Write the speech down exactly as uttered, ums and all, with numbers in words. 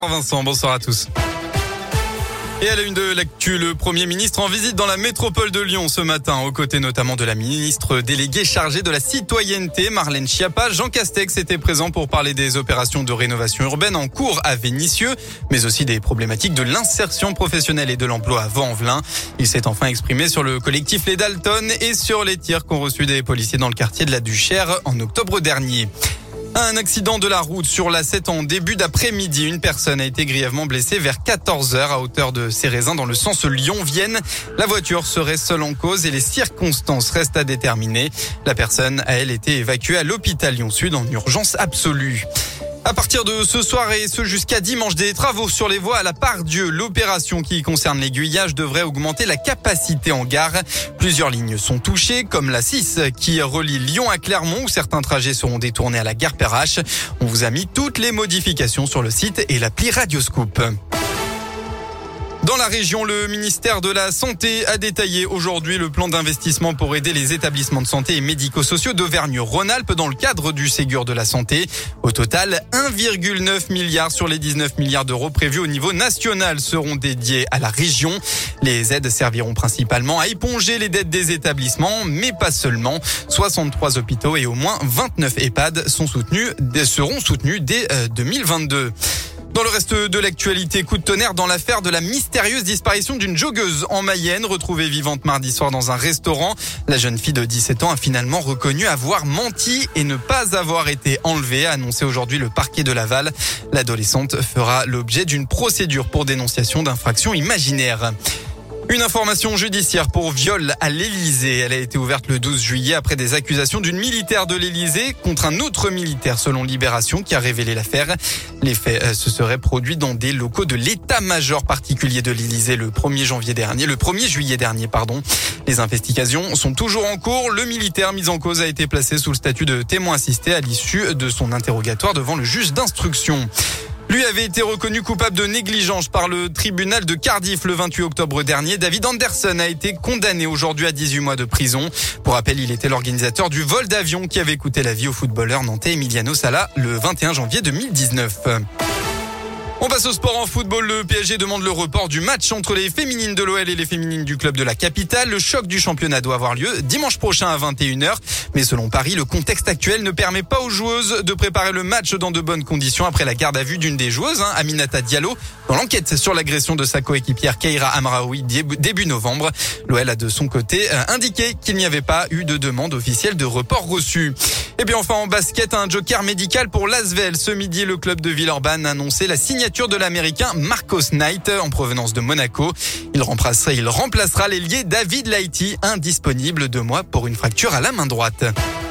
Vincent, bonsoir à tous. Et à la une de l'actu, le Premier ministre en visite dans la métropole de Lyon ce matin, aux côtés notamment de la ministre déléguée chargée de la citoyenneté, Marlène Schiappa. Jean Castex était présent pour parler des opérations de rénovation urbaine en cours à Vénissieux, mais aussi des problématiques de l'insertion professionnelle et de l'emploi à Vaux-en-Velin. Il s'est enfin exprimé sur le collectif Les Dalton et sur les tirs qu'ont reçus des policiers dans le quartier de la Duchère en octobre dernier. Un accident de la route sur l'A sept en début d'après-midi. Une personne a été grièvement blessée vers quatorze heures à hauteur de Cérézin dans le sens Lyon-Vienne. La voiture serait seule en cause et les circonstances restent à déterminer. La personne a, elle, été évacuée à l'hôpital Lyon-Sud en urgence absolue. À partir de ce soir et ce jusqu'à dimanche, des travaux sur les voies à la Part-Dieu. L'opération qui concerne l'aiguillage devrait augmenter la capacité en gare. Plusieurs lignes sont touchées, comme la six qui relie Lyon à Clermont, où certains trajets seront détournés à la gare Perrache. On vous a mis toutes les modifications sur le site et l'appli Radioscoop. Dans la région, le ministère de la Santé a détaillé aujourd'hui le plan d'investissement pour aider les établissements de santé et médico-sociaux d'Auvergne-Rhône-Alpes dans le cadre du Ségur de la Santé. Au total, un virgule neuf milliard sur les dix-neuf milliards d'euros prévus au niveau national seront dédiés à la région. Les aides serviront principalement à éponger les dettes des établissements, mais pas seulement. soixante-trois hôpitaux et au moins vingt-neuf EHPAD sont soutenus, seront soutenus dès deux mille vingt-deux. Dans le reste de l'actualité, coup de tonnerre dans l'affaire de la mystérieuse disparition d'une joggeuse en Mayenne, retrouvée vivante mardi soir dans un restaurant. La jeune fille de dix-sept ans a finalement reconnu avoir menti et ne pas avoir été enlevée, a annoncé aujourd'hui le parquet de Laval. L'adolescente fera l'objet d'une procédure pour dénonciation d'infraction imaginaire. Une information judiciaire pour viol à l'Élysée. Elle a été ouverte le douze juillet après des accusations d'une militaire de l'Élysée contre un autre militaire selon Libération qui a révélé l'affaire. Les faits se seraient produits dans des locaux de l'état-major particulier de l'Élysée le premier janvier dernier, le premier juillet dernier, pardon. Les investigations sont toujours en cours. Le militaire mis en cause a été placé sous le statut de témoin assisté à l'issue de son interrogatoire devant le juge d'instruction. Lui avait été reconnu coupable de négligence par le tribunal de Cardiff le vingt-huit octobre dernier. David Anderson a été condamné aujourd'hui à dix-huit mois de prison. Pour rappel, il était l'organisateur du vol d'avion qui avait coûté la vie au footballeur nantais Emiliano Sala le vingt et un janvier deux mille dix-neuf. On passe au sport en football. Le P S G demande le report du match entre les féminines de l'O L et les féminines du club de la capitale. Le choc du championnat doit avoir lieu dimanche prochain à vingt et une heures. Mais selon Paris, le contexte actuel ne permet pas aux joueuses de préparer le match dans de bonnes conditions après la garde à vue d'une des joueuses, hein, Aminata Diallo, dans l'enquête sur l'agression de sa coéquipière Keira Amraoui début novembre. L'O L a de son côté indiqué qu'il n'y avait pas eu de demande officielle de report reçue. Et puis enfin en basket, un joker médical pour l'Asvel. Ce midi, le club de Villeurbanne a annoncé la signature de l'Américain Marcos Knight en provenance de Monaco. Il remplacera, il remplacera l'ailier David Laïti, indisponible deux mois pour une fracture à la main droite.